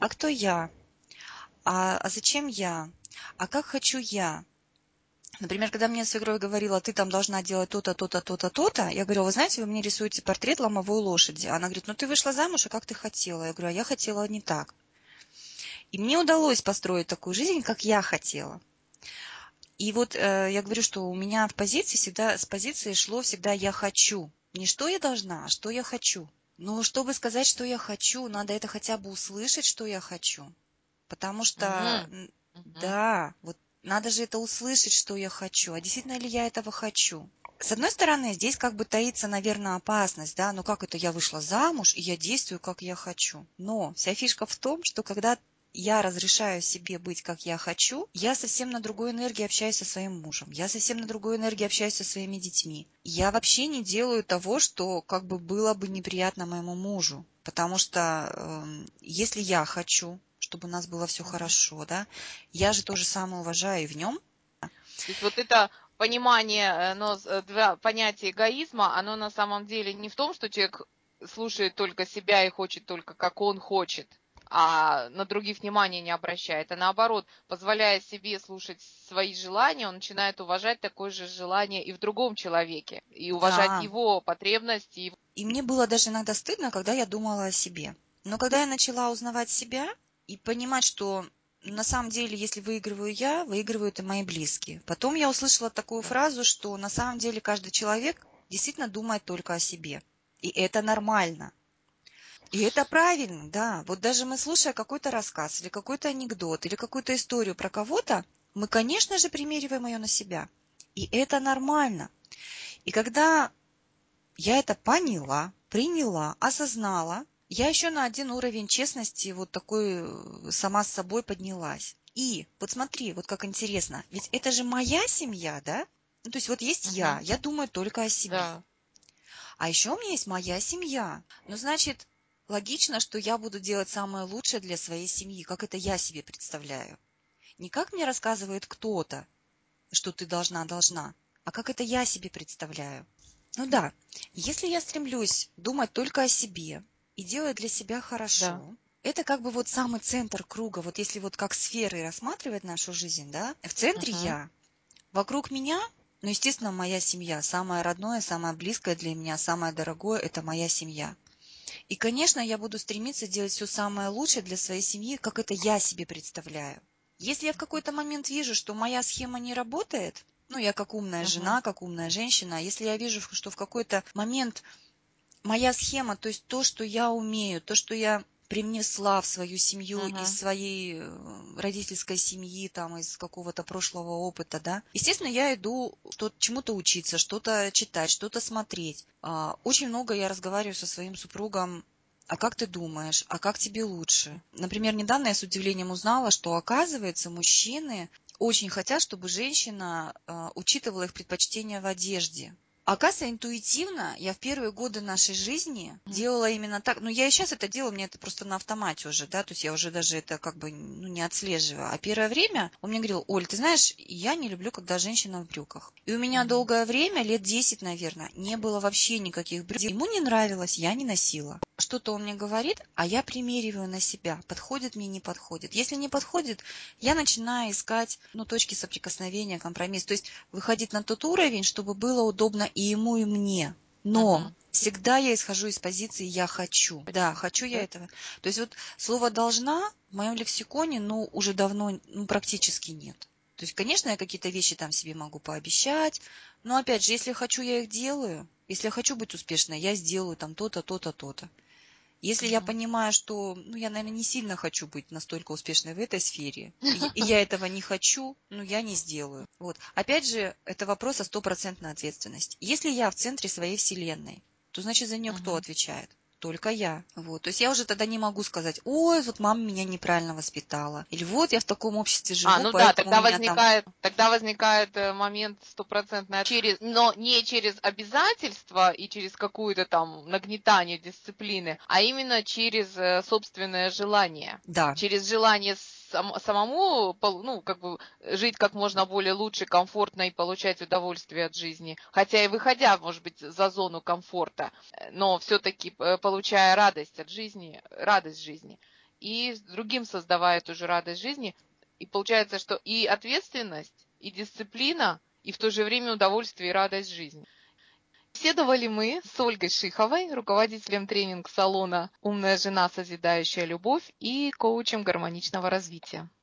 А кто я? А зачем я? А как хочу я? Например, когда мне свекровь говорила, ты там должна делать то-то, то-то, то-то, то-то, я говорю, вы знаете, вы мне рисуете портрет ломовой лошади. Она говорит, ну ты вышла замуж, а как ты хотела? Я говорю, а я хотела не так. И мне удалось построить такую жизнь, как я хотела. И вот я говорю, что у меня в позиции всегда, с позиции шло всегда «я хочу». Не что я должна, а что я хочу. Но чтобы сказать, что я хочу, надо это хотя бы услышать, что я хочу. Потому что, Мгм. да, вот надо же это услышать, что я хочу. А действительно ли я этого хочу? С одной стороны, здесь как бы таится, наверное, опасность, да, ну как это я вышла замуж, и я действую, как я хочу. Но вся фишка в том, что когда я разрешаю себе быть, как я хочу, я совсем на другой энергии общаюсь со своим мужем, я совсем на другой энергии общаюсь со своими детьми. Я вообще не делаю того, что как бы было бы неприятно моему мужу, потому что если я хочу, чтобы у нас было все Мгм. хорошо, да, я же то же самое уважаю и в нем. То есть вот это понимание, понятие эгоизма, оно на самом деле не в том, что человек слушает только себя и хочет только, как он хочет, а на других внимания не обращает, а наоборот, позволяя себе слушать свои желания, он начинает уважать такое же желание и в другом человеке, и уважать Да, его потребности. и мне было даже иногда стыдно, когда я думала о себе. Но когда я начала узнавать себя и понимать, что на самом деле, если выигрываю я, выигрывают и мои близкие. Потом я услышала такую фразу, что на самом деле каждый человек действительно думает только о себе. И это нормально. И это правильно, да. Вот даже мы, слушая какой-то рассказ или какой-то анекдот или какую-то историю про кого-то, мы, конечно же, примериваем ее на себя. И это нормально. И когда я это поняла, приняла, осознала, я еще на один уровень честности вот такой сама с собой поднялась. И вот смотри, вот как интересно, ведь это же моя семья, да? Ну, то есть вот есть Мгм. я думаю только о себе. Да. А еще у меня есть моя семья. Ну, значит, логично, что я буду делать самое лучшее для своей семьи, как это я себе представляю. Не как мне рассказывает кто-то, что ты должна, а как это я себе представляю. Ну да, если я стремлюсь думать только о себе и делать для себя Да. хорошо, это как бы вот самый центр круга. Вот если вот как сферы рассматривать нашу жизнь, да, в центре Мгм. я, вокруг меня, ну, естественно, моя семья, самое родное, самое близкое для меня, самое дорогое – это моя семья. И, конечно, я буду стремиться делать все самое лучшее для своей семьи, как это я себе представляю. Если я в какой-то момент вижу, что моя схема не работает, ну, я как умная Мгм. жена, как умная женщина, если я вижу, что в какой-то момент моя схема, то есть то, что я умею, то, что я привнесла в свою семью из Мгм. своей родительской семьи, там, из какого-то прошлого опыта, да. Естественно, я иду чему-то учиться, что-то читать, что-то смотреть. Очень много я разговариваю со своим супругом. А как ты думаешь? А как тебе лучше? Например, недавно я с удивлением узнала, что, оказывается, мужчины очень хотят, чтобы женщина учитывала их предпочтения в одежде. Оказывается, интуитивно я в первые годы нашей жизни делала именно так. Ну, я и сейчас это делаю, мне это просто на автомате уже, да, то есть я уже даже это как бы ну, не отслеживаю. А первое время он мне говорил: Оль, ты знаешь, я не люблю, когда женщина в брюках. И у меня Мгм. долгое время, лет 10, наверное, не было вообще никаких брюк. Ему не нравилось, я не носила. Что-то он мне говорит, а я примериваю на себя, подходит мне, не подходит. Если не подходит, я начинаю искать, ну, точки соприкосновения, компромисс. То есть выходить на тот уровень, чтобы было удобно и ему, и мне. Но Мгм. всегда я исхожу из позиции «я хочу». Да, Хочу. хочу я Да? этого. То есть вот слово «должна» в моем лексиконе, ну, уже давно, ну, практически нет. То есть, конечно, я какие-то вещи там себе могу пообещать, но, опять же, если хочу, я их делаю. Если я хочу быть успешной, я сделаю там то-то, то-то, то-то. Если я Мгм. понимаю, что, ну, я, наверное, не сильно хочу быть настолько успешной в этой сфере, и я этого не хочу, ну, я не сделаю. Вот. Опять же, это вопрос о стопроцентной ответственности. Если я в центре своей вселенной, то, значит, за нее кто Мгм. отвечает? Только я. Вот. То есть я уже тогда не могу сказать: ой, вот мама меня неправильно воспитала. Или вот я в таком обществе живу, Ну да, поэтому меня там... тогда возникает момент стопроцентно но не через обязательства и через какую-то там нагнетание дисциплины, а именно через собственное желание. Да, Через желание самому, ну, как бы жить как можно более лучше, комфортно и получать удовольствие от жизни. Хотя и выходя, может быть, за зону комфорта, но все-таки получая радость от жизни, радость жизни. и другим создавая эту же радость жизни. И получается, что и ответственность, и дисциплина, и в то же время удовольствие и радость жизни. Беседовали мы с Ольгой Шиховой, руководителем тренинг-салона «Умная жена. Созидающая любовь» и коучем гармоничного развития.